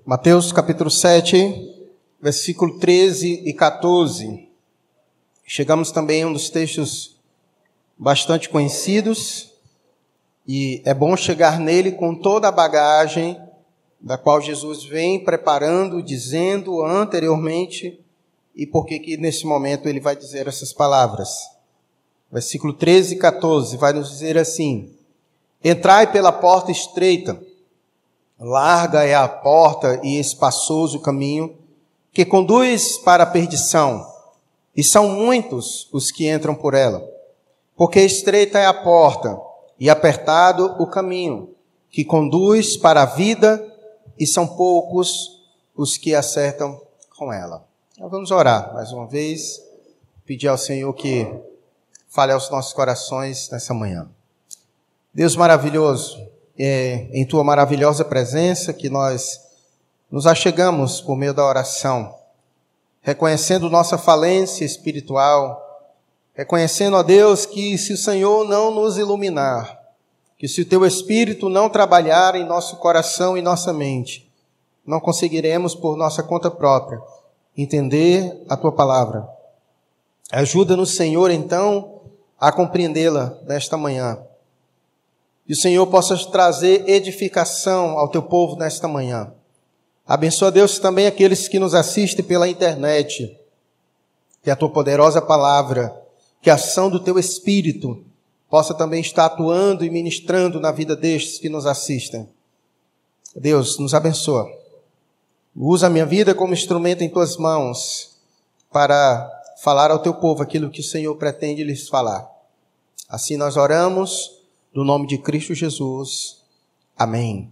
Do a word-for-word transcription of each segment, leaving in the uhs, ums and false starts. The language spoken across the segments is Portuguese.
Mateus capítulo sete, versículo treze e quatorze. Chegamos também a um dos textos bastante conhecidos, e é bom chegar nele com toda a bagagem da qual Jesus vem preparando, dizendo anteriormente, e por que que nesse momento ele vai dizer essas palavras. Versículo treze e quatorze vai nos dizer assim: entrai pela porta estreita, larga é a porta e espaçoso o caminho que conduz para a perdição, e são muitos os que entram por ela. Porque estreita é a porta e apertado o caminho que conduz para a vida, e são poucos os que acertam com ela. Então vamos orar mais uma vez, pedir ao Senhor que fale aos nossos corações nessa manhã. Deus maravilhoso, é em Tua maravilhosa presença que nós nos achegamos por meio da oração, reconhecendo nossa falência espiritual, reconhecendo, ó Deus, que se o Senhor não nos iluminar, que se o Teu Espírito não trabalhar em nosso coração e nossa mente, não conseguiremos por nossa conta própria entender a Tua palavra. Ajuda-nos, Senhor, então, a compreendê-la nesta manhã. Que o Senhor possa trazer edificação ao Teu povo nesta manhã. Abençoa, Deus, também aqueles que nos assistem pela internet. Que a Tua poderosa palavra, que a ação do Teu Espírito possa também estar atuando e ministrando na vida destes que nos assistem. Deus, nos abençoa. Usa a minha vida como instrumento em Tuas mãos para falar ao Teu povo aquilo que o Senhor pretende lhes falar. Assim nós oramos, no nome de Cristo Jesus. Amém.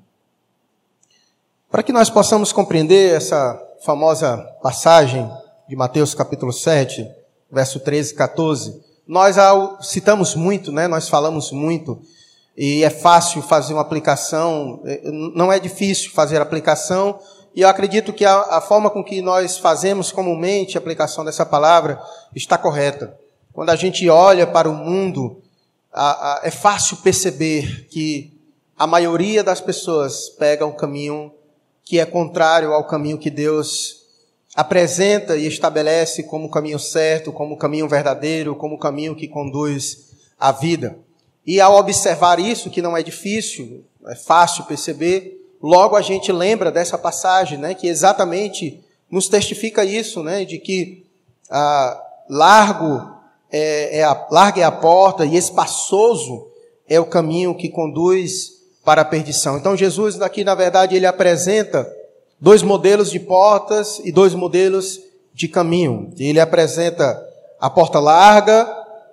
Para que nós possamos compreender essa famosa passagem de Mateus capítulo sete, verso treze e quatorze, nós citamos muito, né? Nós falamos muito, e é fácil fazer uma aplicação, não é difícil fazer a aplicação, e eu acredito que a, a forma com que nós fazemos comumente a aplicação dessa palavra está correta. Quando a gente olha para o mundo, a, a, é fácil perceber que a maioria das pessoas pega um caminho que é contrário ao caminho que Deus apresenta e estabelece como o caminho certo, como o caminho verdadeiro, como o caminho que conduz à vida. E ao observar isso, que não é difícil, é fácil perceber, logo a gente lembra dessa passagem, né, que exatamente nos testifica isso, né, de que ah, largo, é, é a, larga é a porta e espaçoso é o caminho que conduz para a perdição. Então Jesus aqui, na verdade, ele apresenta dois modelos de portas e dois modelos de caminho. Ele apresenta a porta larga,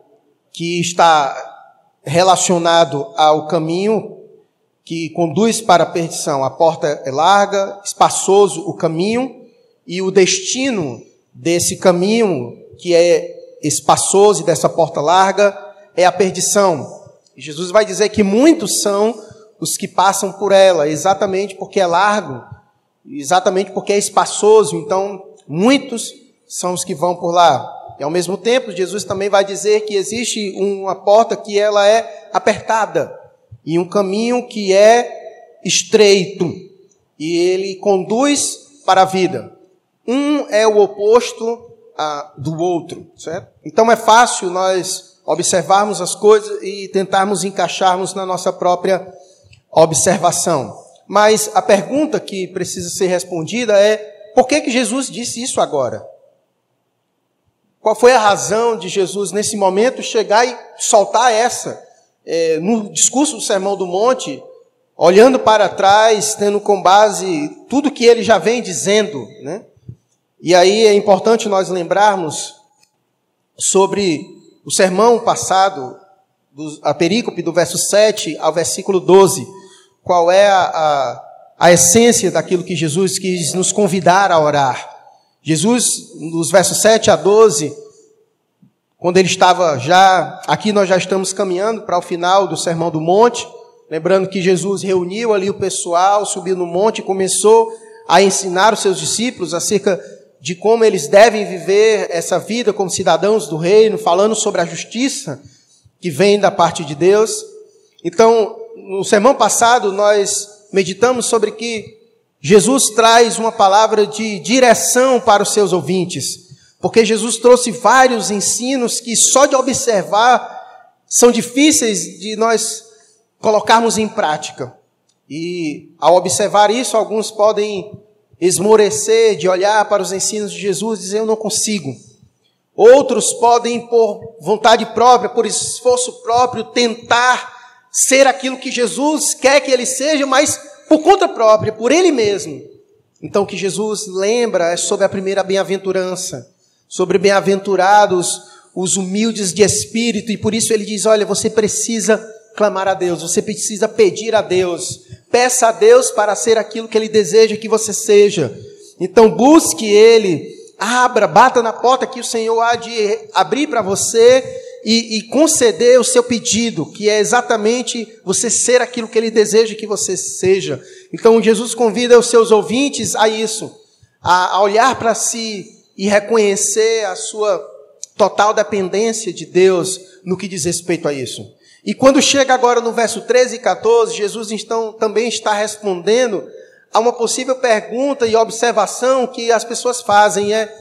que está relacionado ao caminho que conduz para a perdição. A porta é larga, espaçoso o caminho, e o destino desse caminho, que é espaçoso e dessa porta larga, é a perdição. E Jesus vai dizer que muitos são os que passam por ela, exatamente porque é largo, exatamente porque é espaçoso, então muitos são os que vão por lá. E ao mesmo tempo, Jesus também vai dizer que existe uma porta que ela é apertada, e um caminho que é estreito, e ele conduz para a vida. Um é o oposto a, do outro, certo? Então é fácil nós observarmos as coisas e tentarmos encaixarmos na nossa própria observação. Mas a pergunta que precisa ser respondida é: por que que Jesus disse isso agora? Qual foi a razão de Jesus, nesse momento, chegar e soltar essa? É, no discurso do Sermão do Monte, olhando para trás, tendo com base tudo que ele já vem dizendo, né? E aí é importante nós lembrarmos sobre o sermão passado, do, a perícope do verso sete ao versículo doze, qual é a, a, a essência daquilo que Jesus quis nos convidar a orar. Jesus, nos versos sete a doze, quando ele estava já, aqui nós já estamos caminhando para o final do Sermão do Monte, lembrando que Jesus reuniu ali o pessoal, subiu no monte e começou a ensinar os seus discípulos acerca de como eles devem viver essa vida como cidadãos do reino, falando sobre a justiça que vem da parte de Deus. Então, no sermão passado, nós meditamos sobre que Jesus traz uma palavra de direção para os seus ouvintes, porque Jesus trouxe vários ensinos que só de observar são difíceis de nós colocarmos em prática. E ao observar isso, alguns podem esmorecer de olhar para os ensinos de Jesus e dizer, eu não consigo. Outros podem, por vontade própria, por esforço próprio, tentar ser aquilo que Jesus quer que ele seja, mas por conta própria, por ele mesmo. Então o que Jesus lembra é sobre a primeira bem-aventurança, sobre bem-aventurados os humildes de espírito, e por isso ele diz, olha, você precisa clamar a Deus, você precisa pedir a Deus, peça a Deus para ser aquilo que ele deseja que você seja. Então busque ele, abra, bata na porta que o Senhor há de abrir para você e, e conceder o seu pedido, que é exatamente você ser aquilo que ele deseja que você seja. Então Jesus convida os seus ouvintes a isso, a, a olhar para si e reconhecer a sua total dependência de Deus no que diz respeito a isso. E quando chega agora no verso treze e quatorze, Jesus então também está respondendo a uma possível pergunta e observação que as pessoas fazem. É,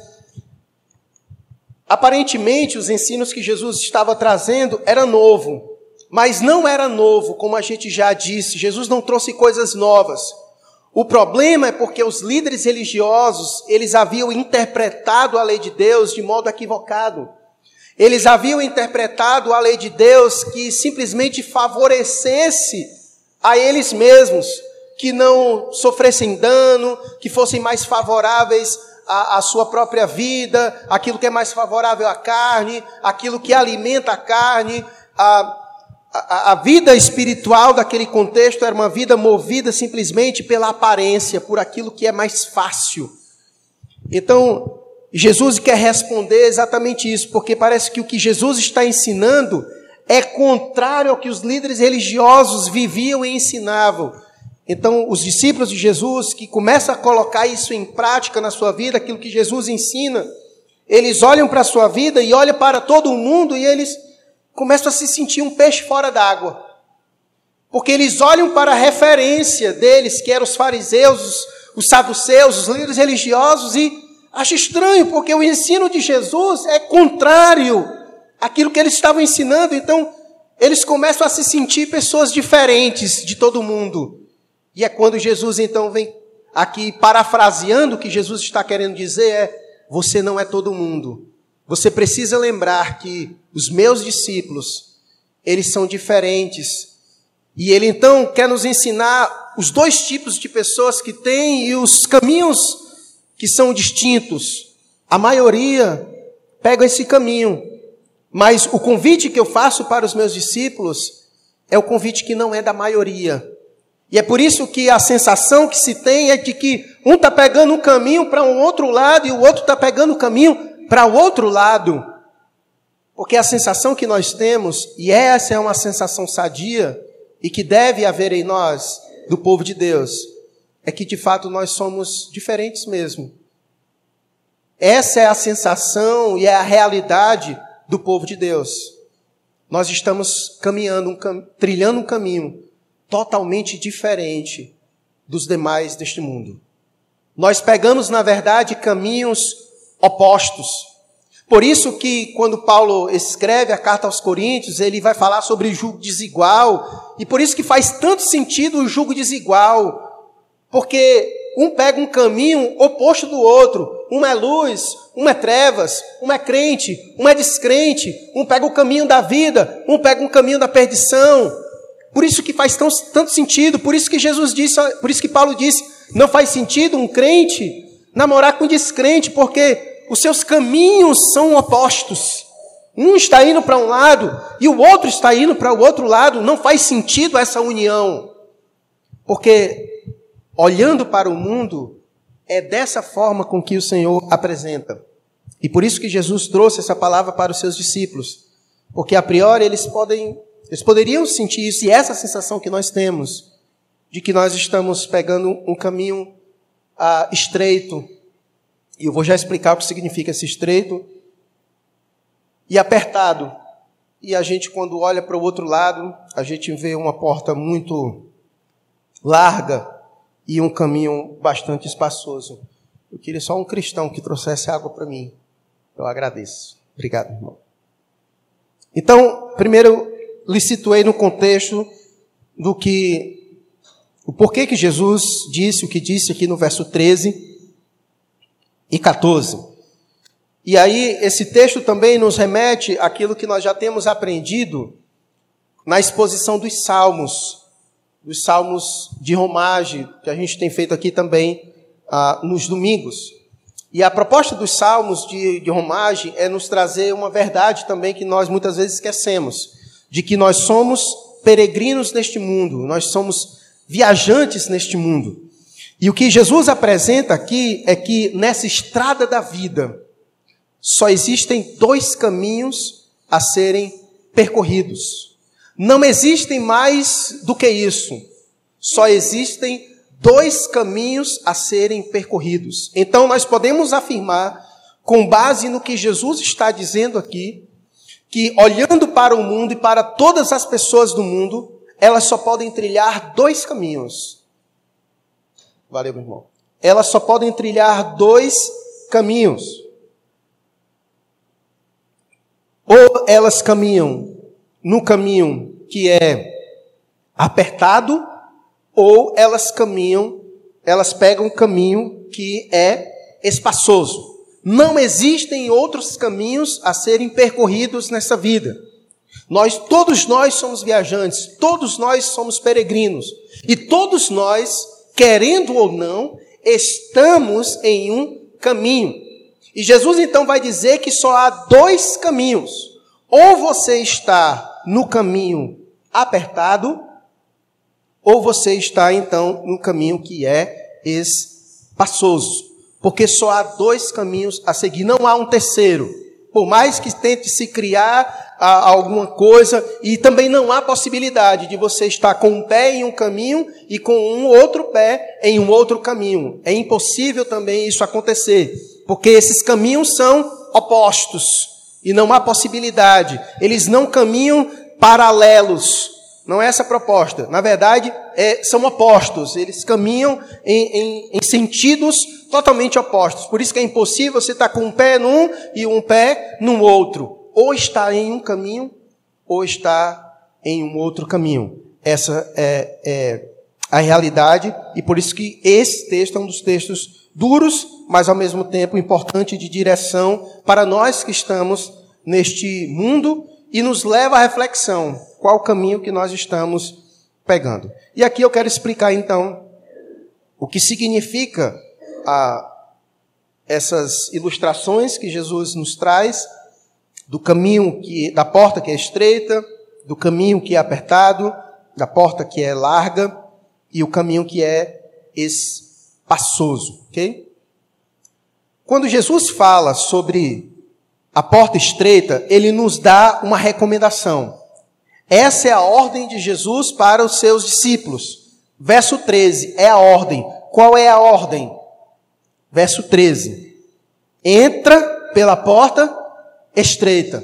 aparentemente, os ensinos que Jesus estava trazendo era novo, mas não era novo, como a gente já disse. Jesus não trouxe coisas novas. O problema é porque os líderes religiosos, eles haviam interpretado a lei de Deus de modo equivocado. Eles haviam interpretado a lei de Deus que simplesmente favorecesse a eles mesmos, que não sofressem dano, que fossem mais favoráveis à, à sua própria vida, aquilo que é mais favorável à carne, aquilo que alimenta a carne. A, a, a vida espiritual daquele contexto era uma vida movida simplesmente pela aparência, por aquilo que é mais fácil. Então, Jesus quer responder exatamente isso, porque parece que o que Jesus está ensinando é contrário ao que os líderes religiosos viviam e ensinavam. Então, os discípulos de Jesus, que começam a colocar isso em prática na sua vida, aquilo que Jesus ensina, eles olham para a sua vida e olham para todo o mundo e eles começam a se sentir um peixe fora d'água. Porque eles olham para a referência deles, que eram os fariseus, os, os saduceus, os líderes religiosos, e acho estranho, porque o ensino de Jesus é contrário àquilo que eles estavam ensinando. Então, eles começam a se sentir pessoas diferentes de todo mundo. E é quando Jesus, então, vem aqui parafraseando o que Jesus está querendo dizer, é, você não é todo mundo. Você precisa lembrar que os meus discípulos, eles são diferentes. E ele, então, quer nos ensinar os dois tipos de pessoas que tem e os caminhos que são distintos. A maioria pega esse caminho, mas o convite que eu faço para os meus discípulos é o convite que não é da maioria. E é por isso que a sensação que se tem é de que um está pegando um caminho para um outro lado e o outro está pegando o caminho para o outro lado. Porque a sensação que nós temos, e essa é uma sensação sadia e que deve haver em nós, do povo de Deus, é que de fato nós somos diferentes mesmo. Essa é a sensação e é a realidade do povo de Deus. Nós estamos caminhando, um cam... trilhando um caminho totalmente diferente dos demais deste mundo. Nós pegamos, na verdade, caminhos opostos. Por isso que quando Paulo escreve a carta aos Coríntios, ele vai falar sobre jugo desigual, e por isso que faz tanto sentido o jugo desigual, porque um pega um caminho oposto do outro. Um é luz, um é trevas, um é crente, um é descrente, um pega o caminho da vida, um pega um caminho da perdição. Por isso que faz tão, tanto sentido, por isso que Jesus disse, por isso que Paulo disse, não faz sentido um crente namorar com um descrente, porque os seus caminhos são opostos. Um está indo para um lado e o outro está indo para o outro lado. Não faz sentido essa união, porque olhando para o mundo, é dessa forma com que o Senhor apresenta. E por isso que Jesus trouxe essa palavra para os seus discípulos. Porque a priori eles podem, eles poderiam sentir isso, e essa sensação que nós temos, de que nós estamos pegando um caminho ah, estreito. E eu vou já explicar o que significa esse estreito. E apertado. E a gente, quando olha para o outro lado, a gente vê uma porta muito larga, e um caminho bastante espaçoso. Eu queria só um cristão que trouxesse água para mim. Eu agradeço. Obrigado, irmão. Então, primeiro, lhe situei no contexto do que, o porquê que Jesus disse o que disse aqui no verso treze e quatorze. E aí, esse texto também nos remete àquilo que nós já temos aprendido na exposição dos Salmos, dos Salmos de romagem, que a gente tem feito aqui também ah, nos domingos. E a proposta dos Salmos de, de romagem é nos trazer uma verdade também que nós muitas vezes esquecemos, de que nós somos peregrinos neste mundo, nós somos viajantes neste mundo. E o que Jesus apresenta aqui é que nessa estrada da vida só existem dois caminhos a serem percorridos. Não existem mais do que isso. Só existem dois caminhos a serem percorridos. Então, nós podemos afirmar, com base no que Jesus está dizendo aqui, que olhando para o mundo e para todas as pessoas do mundo, elas só podem trilhar dois caminhos. Valeu, meu irmão. Elas só podem trilhar dois caminhos. Ou elas caminham no caminho que é apertado, ou elas caminham, elas pegam um caminho que é espaçoso. Não existem outros caminhos a serem percorridos nessa vida. Nós, todos nós somos viajantes, todos nós somos peregrinos. E todos nós, querendo ou não, estamos em um caminho. E Jesus então vai dizer que só há dois caminhos. Ou você está no caminho apertado, ou você está, então, no caminho que é espaçoso. Porque só há dois caminhos a seguir, não há um terceiro. Por mais que tente se criar ah, alguma coisa, e também não há possibilidade de você estar com um pé em um caminho e com um outro pé em um outro caminho. É impossível também isso acontecer, porque esses caminhos são opostos, e não há possibilidade. Eles não caminham paralelos. Não é essa a proposta. Na verdade, é, são opostos. Eles caminham em, em, em sentidos totalmente opostos. Por isso que é impossível você estar com um pé num e um pé no outro. Ou está em um caminho, ou está em um outro caminho. Essa é, é a realidade. E por isso que esse texto é um dos textos duros, mas ao mesmo tempo importante de direção para nós que estamos neste mundo e nos leva à reflexão. Qual o caminho que nós estamos pegando? E aqui eu quero explicar, então, o que significa a, essas ilustrações que Jesus nos traz, do caminho, que, da porta que é estreita, do caminho que é apertado, da porta que é larga e o caminho que é espaçoso, ok? Quando Jesus fala sobre a porta estreita, ele nos dá uma recomendação. Essa é a ordem de Jesus para os seus discípulos. Verso treze é a ordem. Qual é a ordem? Verso treze. Entra pela porta estreita.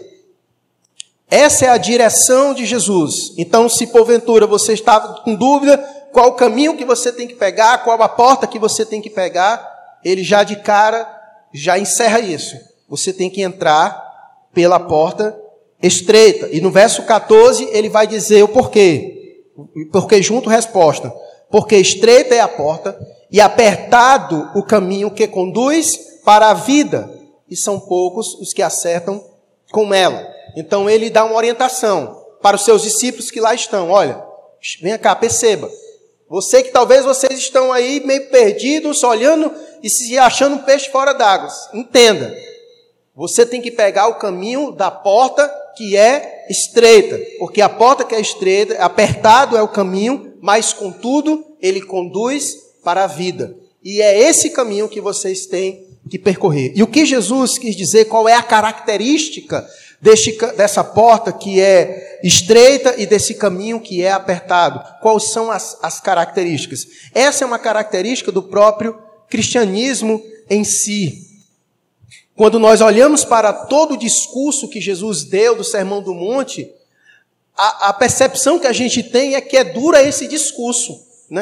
Essa é a direção de Jesus. Então, se porventura você está com dúvida qual o caminho que você tem que pegar, qual a porta que você tem que pegar, ele já de cara já encerra isso. Você tem que entrar pela porta estreita. E no verso quatorze ele vai dizer o porquê. Porque junto resposta. Porque estreita é a porta e apertado o caminho que conduz para a vida. E são poucos os que acertam com ela. Então ele dá uma orientação para os seus discípulos que lá estão. Olha, vem cá, perceba. Você que talvez vocês estão aí meio perdidos, olhando e se achando um peixe fora d'água. Entenda. Você tem que pegar o caminho da porta que é estreita, porque a porta que é estreita, apertado é o caminho, mas contudo, ele conduz para a vida. E é esse caminho que vocês têm que percorrer. E o que Jesus quis dizer, qual é a característica deste, dessa porta que é estreita e desse caminho que é apertado? Quais são as, as características? Essa é uma característica do próprio cristianismo em si. Quando nós olhamos para todo o discurso que Jesus deu do Sermão do Monte, a, a percepção que a gente tem é que é dura esse discurso, né?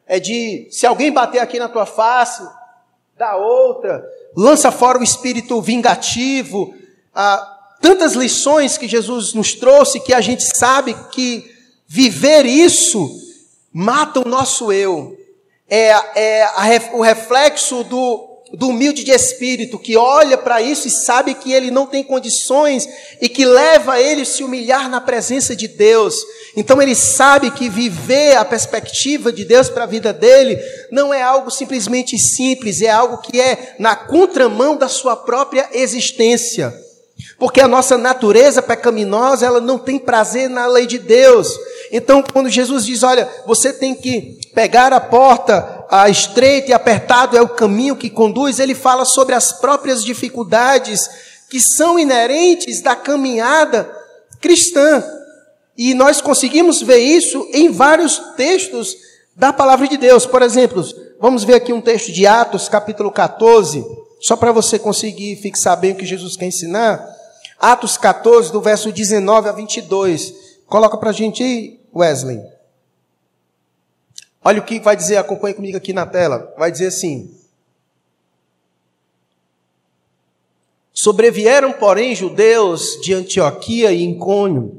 é de, se alguém bater aqui na tua face, dá outra, lança fora o espírito vingativo, ah, tantas lições que Jesus nos trouxe, que a gente sabe que viver isso mata o nosso eu, é, é a, o reflexo do, do humilde de espírito, que olha para isso e sabe que ele não tem condições e que leva ele a se humilhar na presença de Deus. Então ele sabe que viver a perspectiva de Deus para a vida dele não é algo simplesmente simples, é algo que é na contramão da sua própria existência. Porque a nossa natureza pecaminosa, ela não tem prazer na lei de Deus. Então, quando Jesus diz, olha, você tem que pegar a porta, a estreita e apertado é o caminho que conduz, ele fala sobre as próprias dificuldades que são inerentes da caminhada cristã. E nós conseguimos ver isso em vários textos da palavra de Deus. Por exemplo, vamos ver aqui um texto de Atos, capítulo catorze, só para você conseguir fixar bem o que Jesus quer ensinar. Atos catorze, do verso dezenove a vinte e dois. Coloca para a gente aí, Wesley. Olha o que vai dizer, acompanhe comigo aqui na tela. Vai dizer assim: sobrevieram, porém, judeus de Antioquia e Icônio,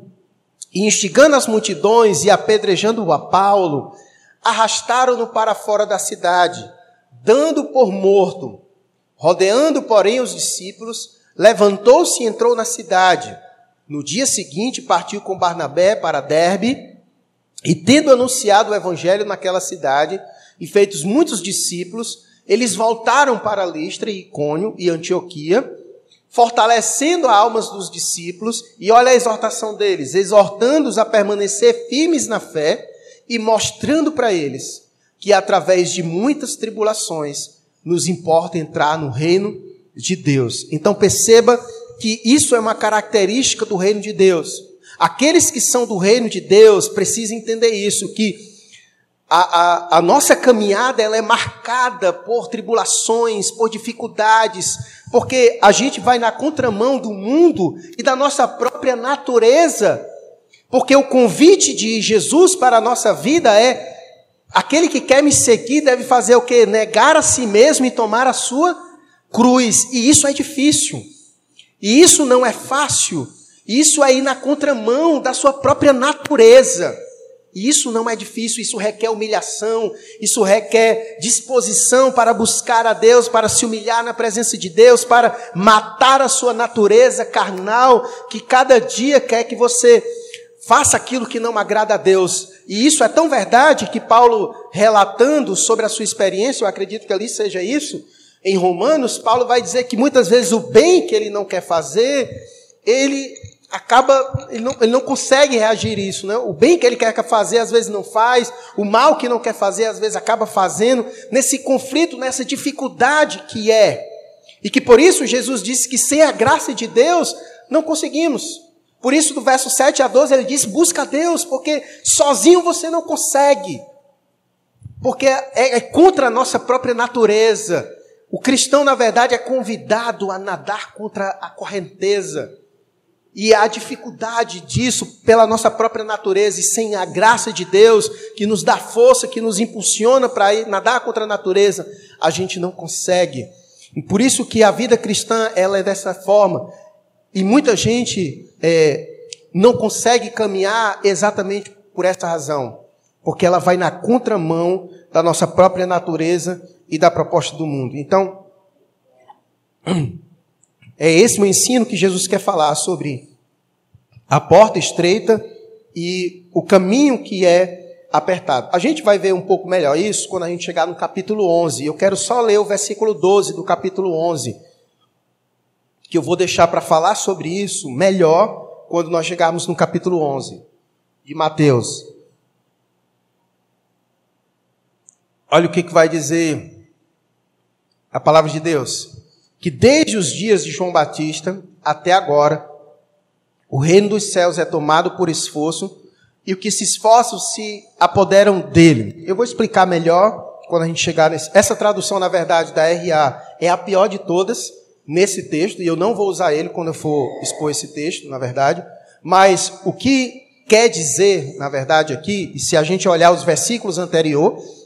e instigando as multidões e apedrejando a Paulo, arrastaram-no para fora da cidade, dando por morto. Rodeando, porém, os discípulos, levantou-se e entrou na cidade. No dia seguinte, partiu com Barnabé para Derbe, e tendo anunciado o evangelho naquela cidade, e feitos muitos discípulos, eles voltaram para Listra e Icônio e Antioquia, fortalecendo as almas dos discípulos, e olha a exortação deles, exortando-os a permanecer firmes na fé, e mostrando para eles que através de muitas tribulações nos importa entrar no reino de Deus. Então perceba que isso é uma característica do reino de Deus. Aqueles que são do reino de Deus precisam entender isso, que a, a, a nossa caminhada ela é marcada por tribulações, por dificuldades, porque a gente vai na contramão do mundo e da nossa própria natureza, porque o convite de Jesus para a nossa vida é: aquele que quer me seguir deve fazer o quê? Negar a si mesmo e tomar a sua cruz. E isso é difícil. E isso não é fácil. Isso é ir na contramão da sua própria natureza. E isso não é difícil, isso requer humilhação, isso requer disposição para buscar a Deus, para se humilhar na presença de Deus, para matar a sua natureza carnal, que cada dia quer que você faça aquilo que não agrada a Deus. E isso é tão verdade que Paulo, relatando sobre a sua experiência, eu acredito que ali seja isso, em Romanos, Paulo vai dizer que muitas vezes o bem que ele não quer fazer, ele acaba, ele não, ele não consegue reagir a isso, né? O bem que ele quer fazer, às vezes não faz, o mal que não quer fazer, às vezes acaba fazendo, nesse conflito, nessa dificuldade que é. E que por isso Jesus disse que sem a graça de Deus, não conseguimos. Por isso, do verso sete a doze, ele diz: busca a Deus, porque sozinho você não consegue. Porque é, é contra a nossa própria natureza. O cristão, na verdade, é convidado a nadar contra a correnteza. E a dificuldade disso pela nossa própria natureza, e sem a graça de Deus, que nos dá força, que nos impulsiona para ir nadar contra a natureza, a gente não consegue. E por isso que a vida cristã ela é dessa forma. E muita gente é, não consegue caminhar exatamente por essa razão. Porque ela vai na contramão da nossa própria natureza e da proposta do mundo. Então, é esse o ensino que Jesus quer falar sobre a porta estreita e o caminho que é apertado. A gente vai ver um pouco melhor isso quando a gente chegar no capítulo onze. Eu quero só ler o versículo doze do capítulo onze, que eu vou deixar para falar sobre isso melhor quando nós chegarmos no capítulo onze de Mateus. Olha o que, que vai dizer a palavra de Deus. Que desde os dias de João Batista até agora, o reino dos céus é tomado por esforço, e o que se esforçam se apoderam dele. Eu vou explicar melhor quando a gente chegar nesse... Essa tradução, na verdade, da R A é a pior de todas nesse texto, e eu não vou usar ele quando eu for expor esse texto, na verdade. Mas o que quer dizer, na verdade, aqui, e se a gente olhar os versículos anteriores,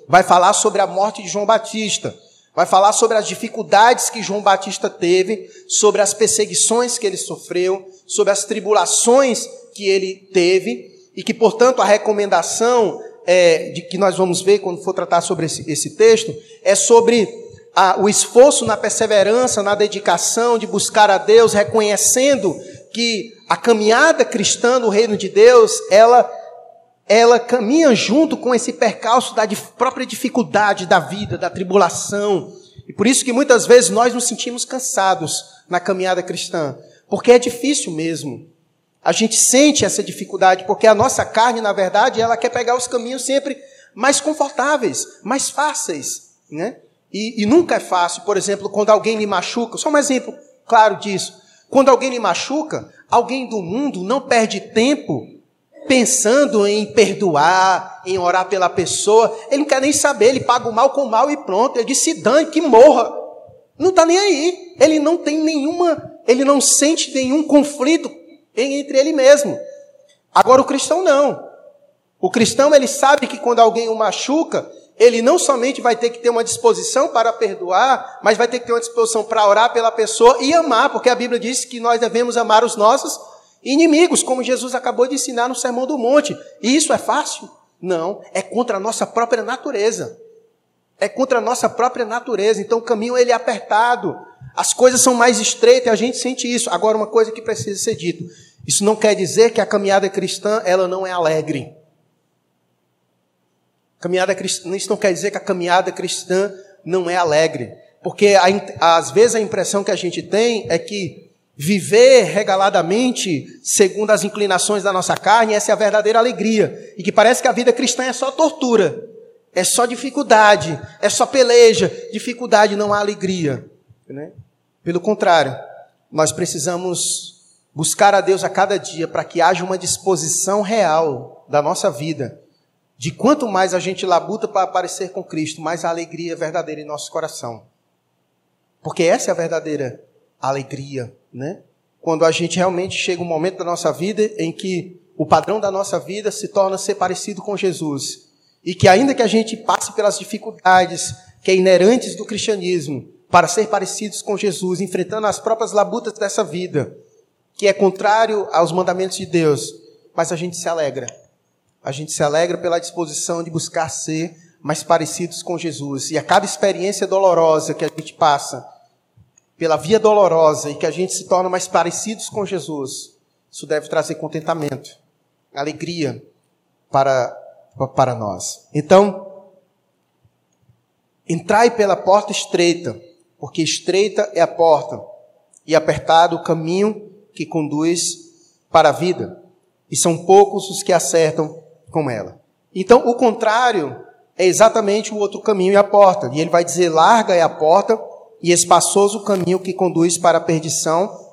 vai falar sobre a morte de João Batista, vai falar sobre as dificuldades que João Batista teve, sobre as perseguições que ele sofreu, sobre as tribulações que ele teve, e que, portanto, a recomendação é, de que nós vamos ver quando for tratar sobre esse, esse texto, é sobre a, o esforço na perseverança, na dedicação de buscar a Deus, reconhecendo que a caminhada cristã no reino de Deus, ela, ela caminha junto com esse percalço da dif- própria dificuldade da vida, da tribulação. E por isso que muitas vezes nós nos sentimos cansados na caminhada cristã, porque é difícil mesmo. A gente sente essa dificuldade, porque a nossa carne, na verdade, ela quer pegar os caminhos sempre mais confortáveis, mais fáceis, né? E, e nunca é fácil, por exemplo, quando alguém lhe machuca, só um exemplo claro disso. Quando alguém lhe machuca, alguém do mundo não perde tempo pensando em perdoar, em orar pela pessoa. Ele não quer nem saber, ele paga o mal com o mal e pronto. Ele diz, se dane, que morra. Não está nem aí. Ele não tem nenhuma, ele não sente nenhum conflito entre ele mesmo. Agora o cristão não. O cristão, ele sabe que quando alguém o machuca, ele não somente vai ter que ter uma disposição para perdoar, mas vai ter que ter uma disposição para orar pela pessoa e amar, porque a Bíblia diz que nós devemos amar os nossos inimigos, como Jesus acabou de ensinar no Sermão do Monte. E isso é fácil? Não, é contra a nossa própria natureza. É contra a nossa própria natureza. Então o caminho ele é apertado, as coisas são mais estreitas e a gente sente isso. Agora, uma coisa que precisa ser dito, isso não quer dizer que a caminhada cristã ela não é alegre. Caminhada cristã, isso não quer dizer que a caminhada cristã não é alegre. Porque a, às vezes a impressão que a gente tem é que viver regaladamente, segundo as inclinações da nossa carne, essa é a verdadeira alegria. E que parece que a vida cristã é só tortura, é só dificuldade, é só peleja. Dificuldade, não há alegria, né? Pelo contrário, nós precisamos buscar a Deus a cada dia para que haja uma disposição real da nossa vida. De quanto mais a gente labuta para aparecer com Cristo, mais a alegria é verdadeira em nosso coração. Porque essa é a verdadeira alegria, né? Quando a gente realmente chega um momento da nossa vida em que o padrão da nossa vida se torna ser parecido com Jesus. E que ainda que a gente passe pelas dificuldades que é inerentes do cristianismo, para ser parecidos com Jesus, enfrentando as próprias labutas dessa vida, que é contrário aos mandamentos de Deus, mas a gente se alegra. A gente se alegra pela disposição de buscar ser mais parecidos com Jesus. E a cada experiência dolorosa que a gente passa, pela via dolorosa, e que a gente se torna mais parecidos com Jesus, isso deve trazer contentamento, alegria para, para nós. Então, entrai pela porta estreita, porque estreita é a porta, e apertado o caminho que conduz para a vida, e são poucos os que acertam com ela. Então, o contrário é exatamente o outro caminho e a porta. E ele vai dizer, larga é a porta e espaçoso o caminho que conduz para a perdição.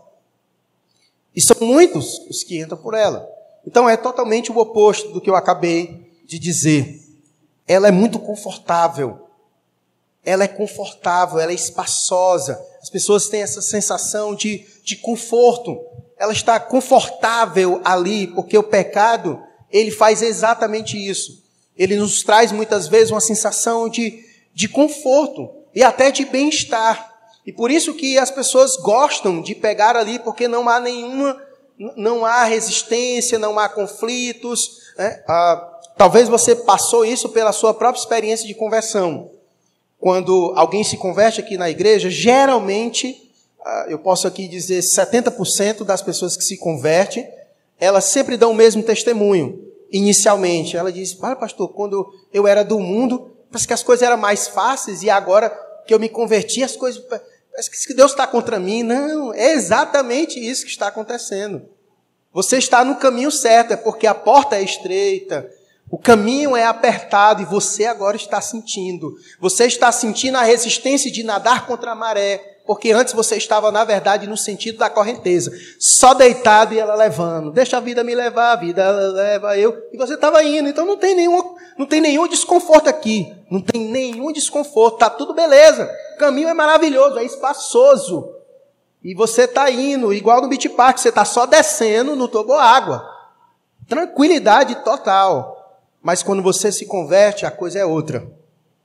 E são muitos os que entram por ela. Então, é totalmente o oposto do que eu acabei de dizer. Ela é muito confortável. Ela é confortável, ela é espaçosa. As pessoas têm essa sensação de, de conforto. Ela está confortável ali, porque o pecado ele faz exatamente isso. Ele nos traz muitas vezes uma sensação de, de conforto e até de bem-estar. E por isso que as pessoas gostam de pegar ali, porque não há nenhuma, não há resistência, não há conflitos, né? Ah, talvez você passou isso pela sua própria experiência de conversão. Quando alguém se converte aqui na igreja, geralmente, ah, eu posso aqui dizer setenta por cento das pessoas que se convertem, elas sempre dão o mesmo testemunho. Inicialmente, ela diz, para pastor, quando eu era do mundo, parece que as coisas eram mais fáceis e agora que eu me converti, as coisas, parece que Deus está contra mim. Não, é exatamente isso que está acontecendo. Você está no caminho certo, é porque a porta é estreita, o caminho é apertado e você agora está sentindo. Você está sentindo a resistência de nadar contra a maré, porque antes você estava, na verdade, no sentido da correnteza, só deitado e ela levando. Deixa a vida me levar, a vida leva eu. E você estava indo, então não tem nenhum, não tem nenhum desconforto aqui. Não tem nenhum desconforto, está tudo beleza. O caminho é maravilhoso, é espaçoso. E você está indo, igual no Beach Park, você está só descendo no toboágua. Tranquilidade total. Mas quando você se converte, a coisa é outra.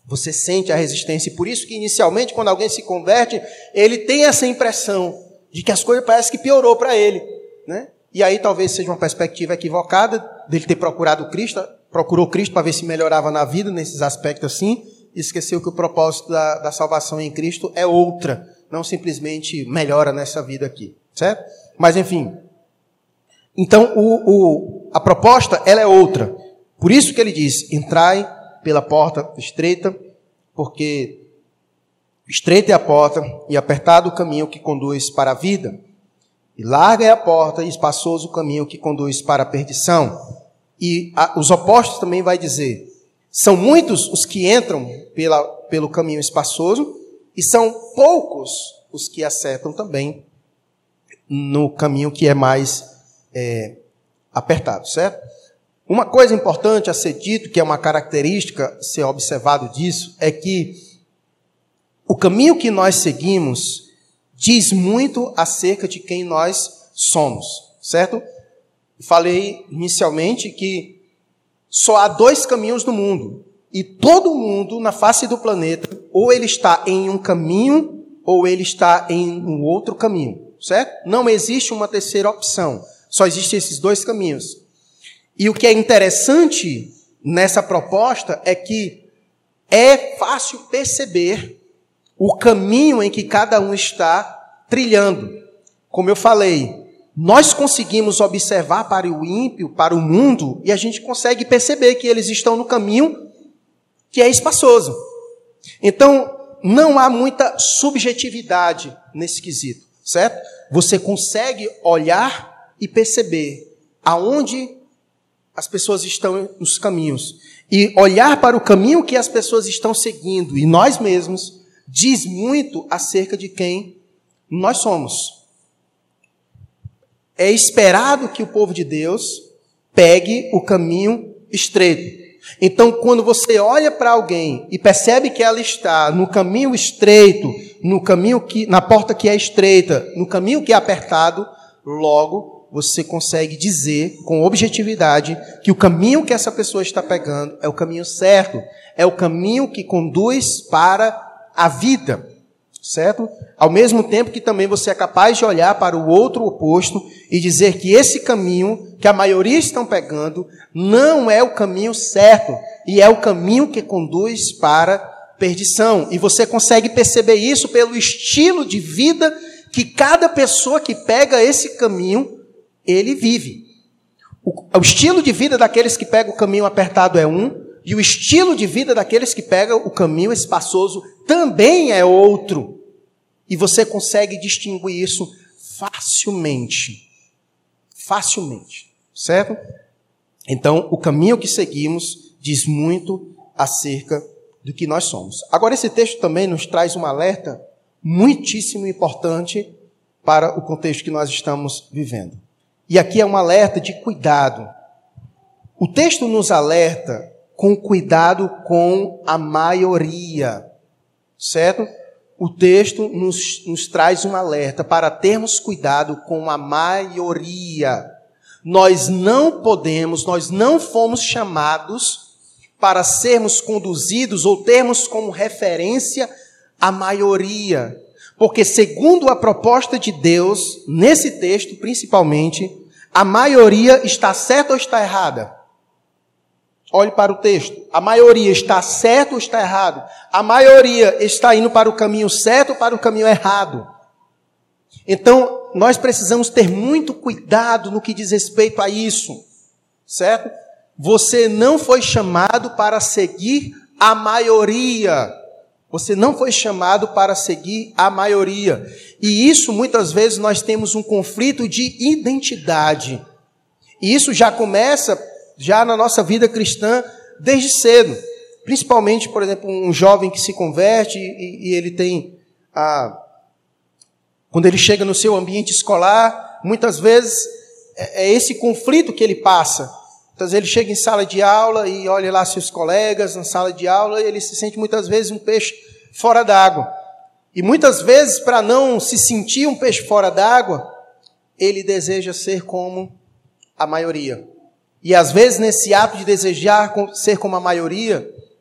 Você sente a resistência. E por isso que, inicialmente, quando alguém se converte, ele tem essa impressão de que as coisas parecem que piorou para ele, né? E aí talvez seja uma perspectiva equivocada dele ter procurado Cristo, procurou Cristo para ver se melhorava na vida, nesses aspectos assim, e esqueceu que o propósito da, da salvação em Cristo é outra, não simplesmente melhora nessa vida aqui, certo? Mas, enfim. Então, o, o, a proposta, ela é outra. Por isso que ele diz, entrai pela porta estreita, porque estreita é a porta e apertado o caminho que conduz para a vida. E larga é a porta e espaçoso o caminho que conduz para a perdição. E a, os opostos também vai dizer, são muitos os que entram pela, pelo caminho espaçoso e são poucos os que acertam também no caminho que é mais é, apertado, certo? Uma coisa importante a ser dito, que é uma característica, ser observado disso, é que o caminho que nós seguimos diz muito acerca de quem nós somos, certo? Falei inicialmente que só há dois caminhos no mundo, e todo mundo na face do planeta, ou ele está em um caminho, ou ele está em um outro caminho, certo? Não existe uma terceira opção, só existem esses dois caminhos. E o que é interessante nessa proposta é que é fácil perceber o caminho em que cada um está trilhando. Como eu falei, nós conseguimos observar para o ímpio, para o mundo, e a gente consegue perceber que eles estão no caminho que é espaçoso. Então, não há muita subjetividade nesse quesito, certo? Você consegue olhar e perceber aonde as pessoas estão nos caminhos. E olhar para o caminho que as pessoas estão seguindo, e nós mesmos, diz muito acerca de quem nós somos. É esperado que o povo de Deus pegue o caminho estreito. Então, quando você olha para alguém e percebe que ela está no caminho estreito, no caminho que, na porta que é estreita, no caminho que é apertado, logo você consegue dizer com objetividade que o caminho que essa pessoa está pegando é o caminho certo, é o caminho que conduz para a vida, certo? Ao mesmo tempo que também você é capaz de olhar para o outro oposto e dizer que esse caminho que a maioria estão pegando não é o caminho certo e é o caminho que conduz para perdição. E você consegue perceber isso pelo estilo de vida que cada pessoa que pega esse caminho ele vive. O, o estilo de vida daqueles que pegam o caminho apertado é um, e o estilo de vida daqueles que pegam o caminho espaçoso também é outro. E você consegue distinguir isso facilmente. Facilmente. Certo? Então, o caminho que seguimos diz muito acerca do que nós somos. Agora, esse texto também nos traz um alerta muitíssimo importante para o contexto que nós estamos vivendo. E aqui é um alerta de cuidado. O texto nos alerta com cuidado com a maioria, certo? O texto nos, nos traz um alerta para termos cuidado com a maioria. Nós não podemos, nós não fomos chamados para sermos conduzidos ou termos como referência a maioria. Porque, segundo a proposta de Deus, nesse texto, principalmente, a maioria está certa ou está errada? Olhe para o texto. A maioria está certa ou está errado? A maioria está indo para o caminho certo ou para o caminho errado? Então, nós precisamos ter muito cuidado no que diz respeito a isso, certo? Você não foi chamado para seguir a maioria. Você não foi chamado para seguir a maioria. E isso, muitas vezes, nós temos um conflito de identidade. E isso já começa, já na nossa vida cristã, desde cedo. Principalmente, por exemplo, um jovem que se converte e, e ele tem... a Quando ele chega no seu ambiente escolar, muitas vezes é, é esse conflito que ele passa. Muitas vezes ele chega em sala de aula e olha lá seus colegas na sala de aula e ele se sente muitas vezes um peixe fora d'água. E muitas vezes, para não se sentir um peixe fora d'água, ele deseja ser como a maioria. E às vezes, nesse ato de desejar ser como a maioria,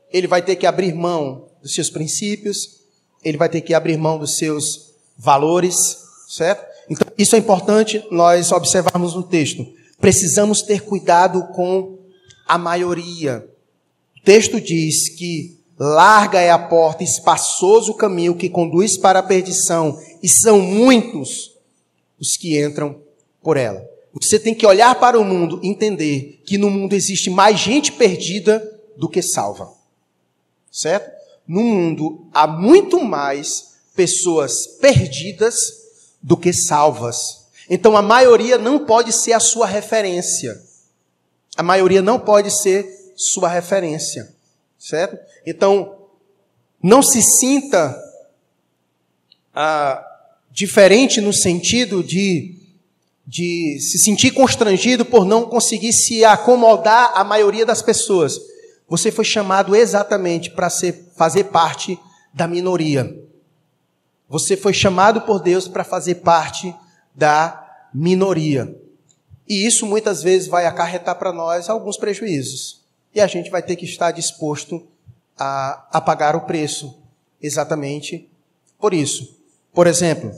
ele vai ter que abrir mão dos seus princípios, ele vai ter que abrir mão dos seus valores, certo? Então, isso é importante nós observarmos no texto. Precisamos ter cuidado com a maioria. O texto diz que larga é a porta, espaçoso o caminho que conduz para a perdição, e são muitos os que entram por ela. Você tem que olhar para o mundo e entender que no mundo existe mais gente perdida do que salva. Certo? No mundo há muito mais pessoas perdidas do que salvas. Então a maioria não pode ser a sua referência. A maioria não pode ser sua referência. Certo? Então, não se sinta ah, diferente no sentido de, de se sentir constrangido por não conseguir se acomodar à maioria das pessoas. Você foi chamado exatamente para ser, fazer parte da minoria. Você foi chamado por Deus para fazer parte da minoria. E isso muitas vezes vai acarretar para nós alguns prejuízos. E a gente vai ter que estar disposto a, a pagar o preço exatamente por isso. Por exemplo,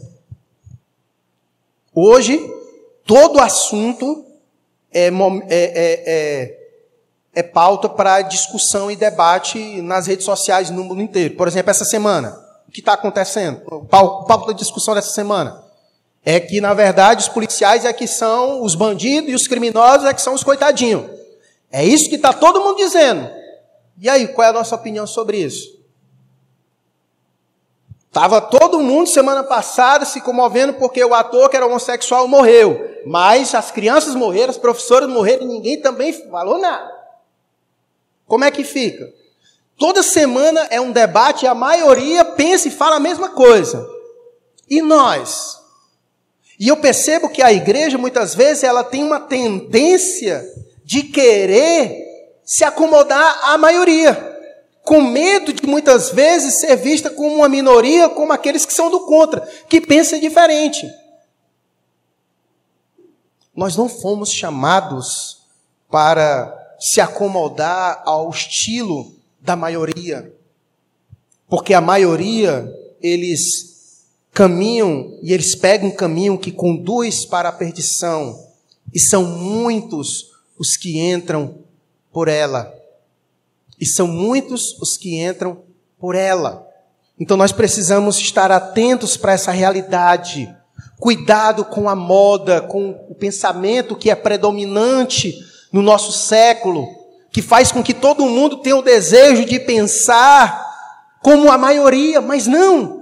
hoje todo assunto é, é, é, é É pauta para discussão e debate nas redes sociais no mundo inteiro. Por exemplo, essa semana, o que está acontecendo? O pauta de discussão dessa semana é que, na verdade, os policiais é que são os bandidos e os criminosos é que são os coitadinhos. É isso que está todo mundo dizendo. E aí, qual é a nossa opinião sobre isso? Estava todo mundo, semana passada, se comovendo porque o ator que era homossexual morreu. Mas as crianças morreram, as professoras morreram e ninguém também falou nada. Como é que fica? Toda semana é um debate e a maioria pensa e fala a mesma coisa. E nós? E eu percebo que a igreja, muitas vezes, ela tem uma tendência de querer se acomodar à maioria, com medo de, muitas vezes, ser vista como uma minoria, como aqueles que são do contra, que pensam diferente. Nós não fomos chamados para se acomodar ao estilo da maioria. Porque a maioria, eles caminham e eles pegam um caminho que conduz para a perdição. E são muitos os que entram por ela. E são muitos os que entram por ela. Então nós precisamos estar atentos para essa realidade. Cuidado com a moda, com o pensamento que é predominante no nosso século, que faz com que todo mundo tenha o desejo de pensar como a maioria, mas não.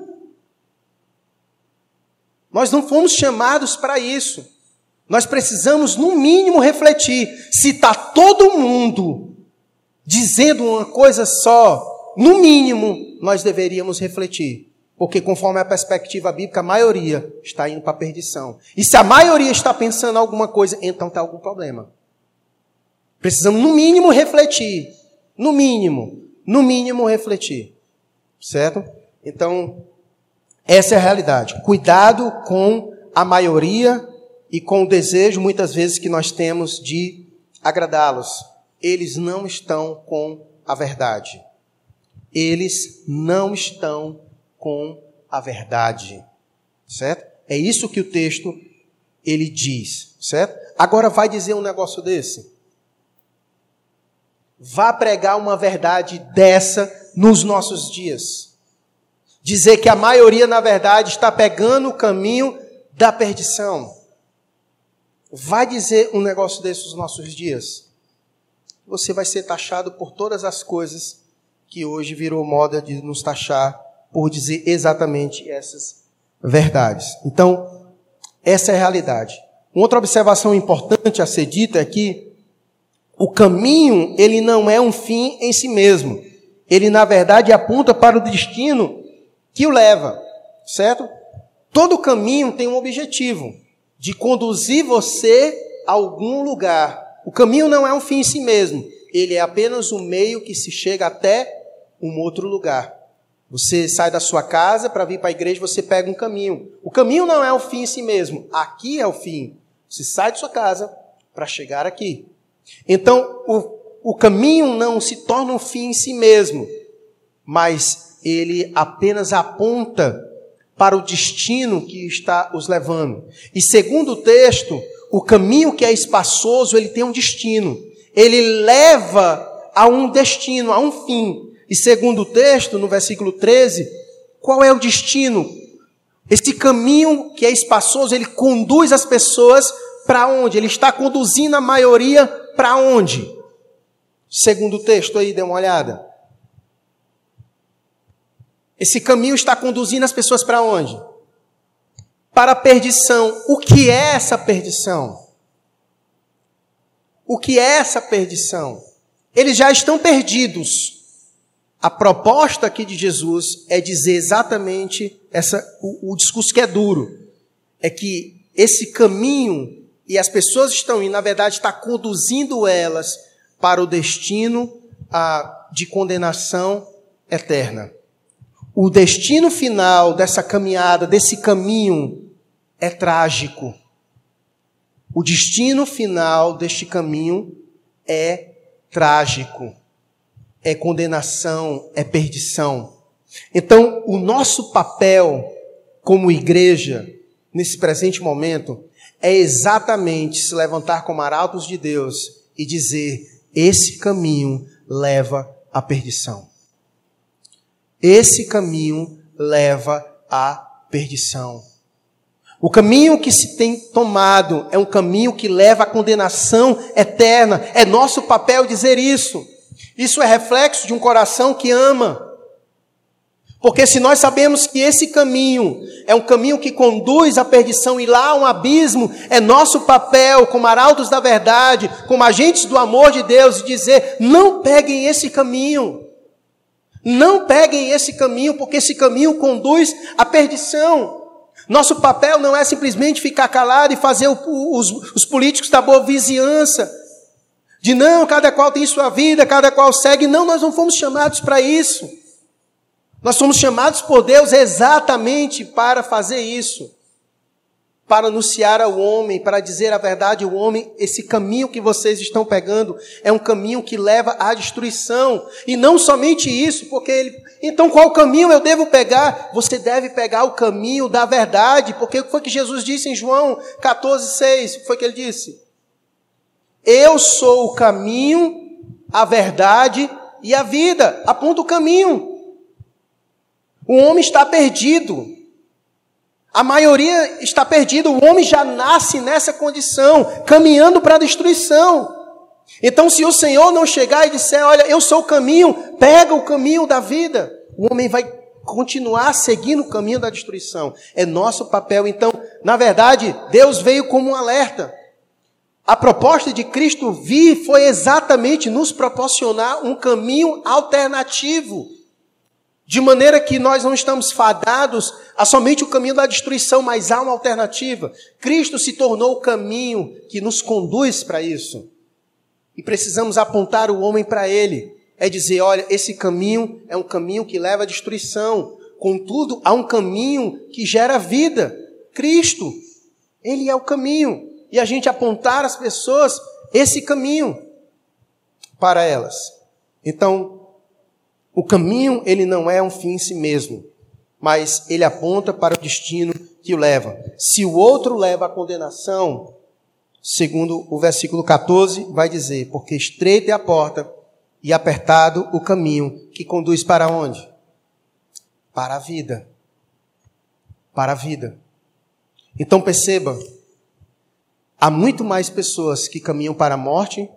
Nós não fomos chamados para isso. Nós precisamos, no mínimo, refletir. Se está todo mundo dizendo uma coisa só, no mínimo, nós deveríamos refletir. Porque, conforme a perspectiva bíblica, a maioria está indo para a perdição. E se a maioria está pensando alguma coisa, então está algum problema. Precisamos, no mínimo, refletir. No mínimo. No mínimo, refletir. Certo? Então, essa é a realidade. Cuidado com a maioria e com o desejo, muitas vezes, que nós temos de agradá-los. Eles não estão com a verdade. Eles não estão com a verdade. Certo? É isso que o texto, ele diz. Certo? Agora vai dizer um negócio desse. Vá pregar uma verdade dessa nos nossos dias. Dizer que a maioria, na verdade, está pegando o caminho da perdição. Vai dizer um negócio desse nos nossos dias. Você vai ser taxado por todas as coisas que hoje virou moda de nos taxar por dizer exatamente essas verdades. Então, essa é a realidade. Outra observação importante a ser dita é que o caminho, ele não é um fim em si mesmo. Ele, na verdade, aponta para o destino que o leva, certo? Todo caminho tem um objetivo, de conduzir você a algum lugar. O caminho não é um fim em si mesmo. Ele é apenas um meio que se chega até um outro lugar. Você sai da sua casa para vir para a igreja, você pega um caminho. O caminho não é o fim em si mesmo. Aqui é o fim. Você sai de sua casa para chegar aqui. Então, o, o caminho não se torna um fim em si mesmo, mas ele apenas aponta para o destino que está os levando. E segundo o texto, o caminho que é espaçoso, ele tem um destino. Ele leva a um destino, a um fim. E segundo o texto, no versículo treze, qual é o destino? Esse caminho que é espaçoso, ele conduz as pessoas para onde? Ele está conduzindo a maioria para onde? Segundo o texto aí, dê uma olhada. Esse caminho está conduzindo as pessoas para onde? Para a perdição. O que é essa perdição? O que é essa perdição? Eles já estão perdidos. A proposta aqui de Jesus é dizer exatamente essa, o, o discurso que é duro. É que esse caminho, e as pessoas estão indo, na verdade, está conduzindo elas para o destino a, de condenação eterna. O destino final dessa caminhada, desse caminho, é trágico. O destino final deste caminho é trágico. É condenação, é perdição. Então, o nosso papel como igreja, nesse presente momento, é exatamente se levantar como arautos de Deus e dizer: esse caminho leva à perdição. Esse caminho leva à perdição. O caminho que se tem tomado é um caminho que leva à condenação eterna. É nosso papel dizer isso. Isso é reflexo de um coração que ama. Porque se nós sabemos que esse caminho é um caminho que conduz à perdição e lá há um abismo, é nosso papel, como arautos da verdade, como agentes do amor de Deus, dizer: não peguem esse caminho. Não peguem esse caminho, porque esse caminho conduz à perdição. Nosso papel não é simplesmente ficar calado e fazer o, os, os políticos da boa vizinhança. De não, cada qual tem sua vida, cada qual segue. Não, nós não fomos chamados para isso. Nós somos chamados por Deus exatamente para fazer isso. Para anunciar ao homem, para dizer a verdade ao homem: esse caminho que vocês estão pegando é um caminho que leva à destruição. E não somente isso, porque ele... Então qual caminho eu devo pegar? Você deve pegar o caminho da verdade, porque o que foi que Jesus disse em João catorze, seis? O que foi que ele disse? Eu sou o caminho, a verdade e a vida. Aponta o caminho. O homem está perdido. A maioria está perdida. O homem já nasce nessa condição, caminhando para a destruição. Então, se o Senhor não chegar e disser: olha, eu sou o caminho, pega o caminho da vida, o homem vai continuar seguindo o caminho da destruição. É nosso papel. Então, na verdade, Deus veio como um alerta. A proposta de Cristo vir foi exatamente nos proporcionar um caminho alternativo. De maneira que nós não estamos fadados a somente o caminho da destruição, mas há uma alternativa. Cristo se tornou o caminho que nos conduz para isso. E precisamos apontar o homem para ele. É dizer: olha, esse caminho é um caminho que leva à destruição. Contudo, há um caminho que gera vida. Cristo, ele é o caminho. E a gente apontar às pessoas esse caminho para elas. Então, o caminho, ele não é um fim em si mesmo, mas ele aponta para o destino que o leva. Se o outro leva à condenação, segundo o versículo catorze, vai dizer: porque estreita é a porta e apertado o caminho que conduz para onde? Para a vida. Para a vida. Então perceba, há muito mais pessoas que caminham para a morte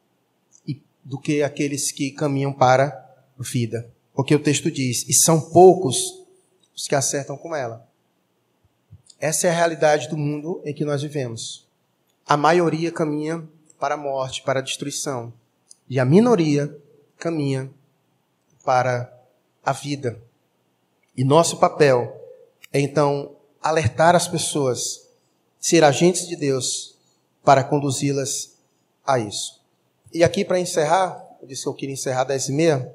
do que aqueles que caminham para a vida. Porque o texto diz: e são poucos os que acertam com ela. Essa é a realidade do mundo em que nós vivemos. A maioria caminha para a morte, para a destruição. E a minoria caminha para a vida. E nosso papel é, então, alertar as pessoas, ser agentes de Deus para conduzi-las a isso. E aqui, para encerrar, eu disse que eu queria encerrar às dez e meia.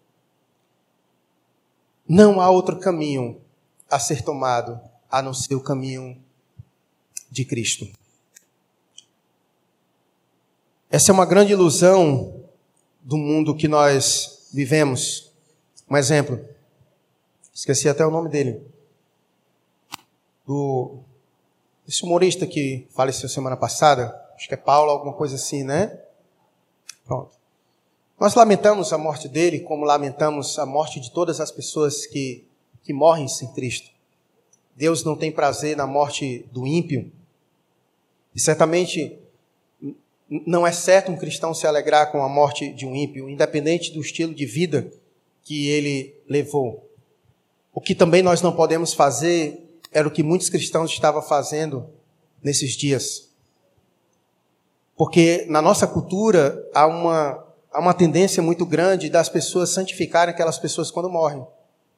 Não há outro caminho a ser tomado a não ser o caminho de Cristo. Essa é uma grande ilusão do mundo que nós vivemos. Um exemplo, esqueci até o nome dele, do esse humorista que faleceu semana passada, acho que é Paulo, alguma coisa assim, né? Pronto. Nós lamentamos a morte dele, como lamentamos a morte de todas as pessoas que, que morrem sem Cristo. Deus não tem prazer na morte do ímpio. E certamente não é certo um cristão se alegrar com a morte de um ímpio, independente do estilo de vida que ele levou. O que também nós não podemos fazer era o que muitos cristãos estavam fazendo nesses dias. Porque na nossa cultura há uma, há uma tendência muito grande das pessoas santificarem aquelas pessoas quando morrem.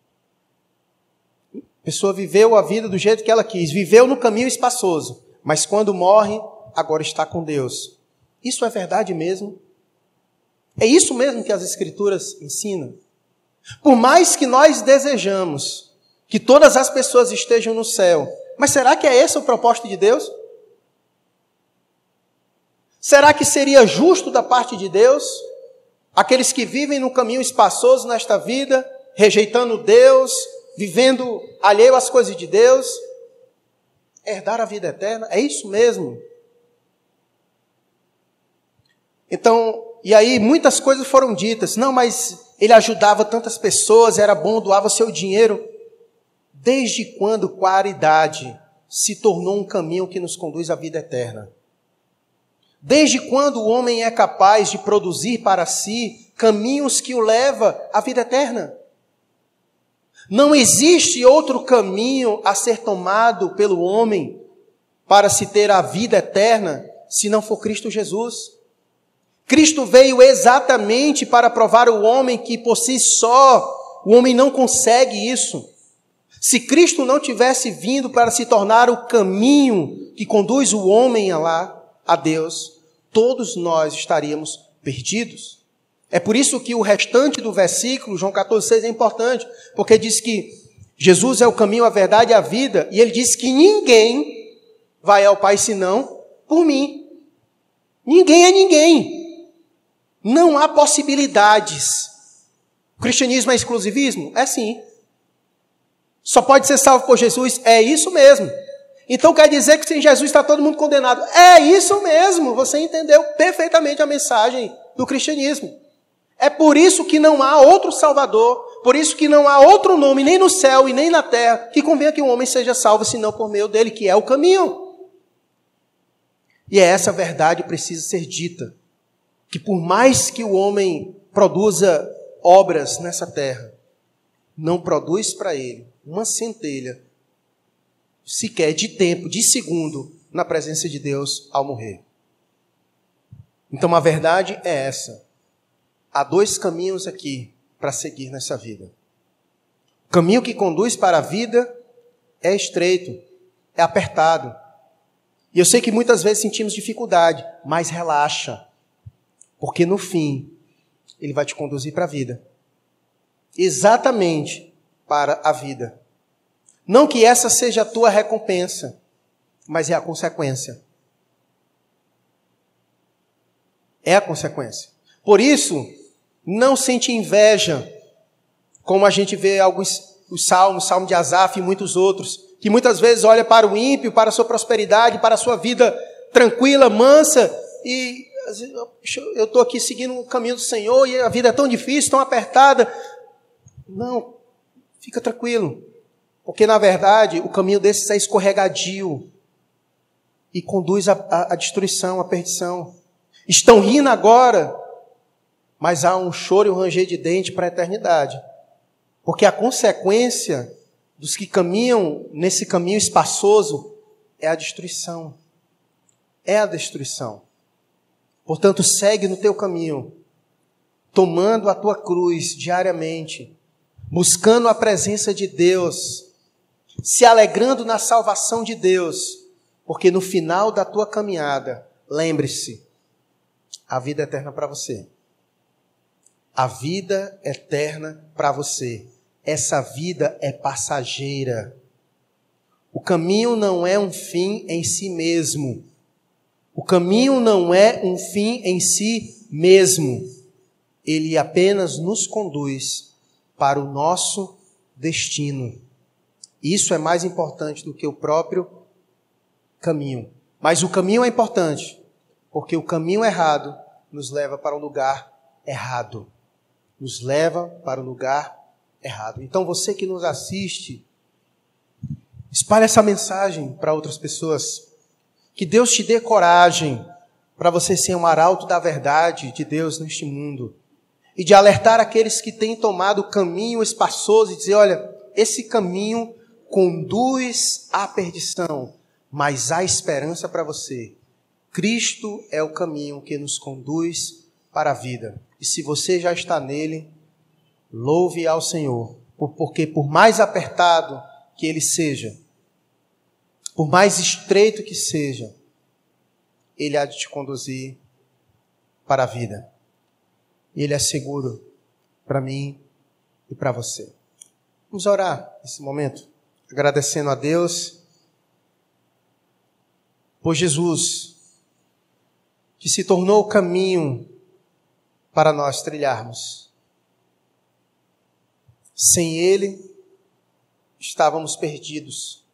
A pessoa viveu a vida do jeito que ela quis, viveu no caminho espaçoso, mas quando morre, agora está com Deus. Isso é verdade mesmo? É isso mesmo que as Escrituras ensinam? Por mais que nós desejamos que todas as pessoas estejam no céu, mas será que é esse o propósito de Deus? Será que seria justo da parte de Deus aqueles que vivem no caminho espaçoso nesta vida, rejeitando Deus, vivendo alheio às coisas de Deus, herdar a vida eterna? É isso mesmo? Então, e aí muitas coisas foram ditas. Não, mas ele ajudava tantas pessoas, era bom, doava seu dinheiro. Desde quando caridade se tornou um caminho que nos conduz à vida eterna? Desde quando o homem é capaz de produzir para si caminhos que o levam à vida eterna? Não existe outro caminho a ser tomado pelo homem para se ter a vida eterna, se não for Cristo Jesus. Cristo veio exatamente para provar ao homem que por si só o homem não consegue isso. Se Cristo não tivesse vindo para se tornar o caminho que conduz o homem a lá, a Deus, todos nós estaríamos perdidos. É por isso que o restante do versículo, João catorze, seis, é importante, porque diz que Jesus é o caminho, a verdade e a vida, e ele diz que ninguém vai ao Pai senão por mim. Ninguém é ninguém. Não há possibilidades. O cristianismo é exclusivismo? É sim. Só pode ser salvo por Jesus? É isso mesmo. Então quer dizer que sem Jesus está todo mundo condenado? É isso mesmo. Você entendeu perfeitamente a mensagem do cristianismo. É por isso que não há outro Salvador, por isso que não há outro nome, nem no céu e nem na terra, que convenha que o homem seja salvo, senão por meio dele, que é o caminho. E é essa verdade que precisa ser dita. Que por mais que o homem produza obras nessa terra, não produz para ele uma centelha, sequer de tempo, de segundo, na presença de Deus ao morrer. Então a verdade é essa. Há dois caminhos aqui para seguir nessa vida. O caminho que conduz para a vida é estreito, é apertado. E eu sei que muitas vezes sentimos dificuldade, mas relaxa. Porque no fim, ele vai te conduzir para a vida. Exatamente para a vida. Não que essa seja a tua recompensa, mas é a consequência. É a consequência. Por isso, não sente inveja, como a gente vê alguns os salmos, o salmo de Asaf e muitos outros, que muitas vezes olha para o ímpio, para a sua prosperidade, para a sua vida tranquila, mansa, e eu estou aqui seguindo o caminho do Senhor e a vida é tão difícil, tão apertada. Não, fica tranquilo, porque na verdade o caminho desses é escorregadio e conduz à destruição, à perdição. Estão rindo agora, mas há um choro e um ranger de dente para a eternidade, porque a consequência dos que caminham nesse caminho espaçoso é a destruição, é a destruição. Portanto, segue no teu caminho, tomando a tua cruz diariamente, buscando a presença de Deus, se alegrando na salvação de Deus, porque no final da tua caminhada, lembre-se, a vida eterna para você. A vida eterna para você. Essa vida é passageira. O caminho não é um fim em si mesmo. O caminho não é um fim em si mesmo. Ele apenas nos conduz para o nosso destino. Isso é mais importante do que o próprio caminho. Mas o caminho é importante, porque o caminho errado nos leva para o lugar errado. Nos leva para o lugar errado. Então você que nos assiste, espalhe essa mensagem para outras pessoas. Que Deus te dê coragem para você ser um arauto da verdade de Deus neste mundo. E de alertar aqueles que têm tomado o caminho espaçoso e dizer, olha, esse caminho conduz à perdição, mas há esperança para você. Cristo é o caminho que nos conduz para a vida. E se você já está nele, louve ao Senhor, porque por mais apertado que ele seja, por mais estreito que seja, ele há de te conduzir para a vida. Ele é seguro para mim e para você. Vamos orar nesse momento, agradecendo a Deus por Jesus, que se tornou o caminho para nós trilharmos. Sem Ele, estávamos perdidos.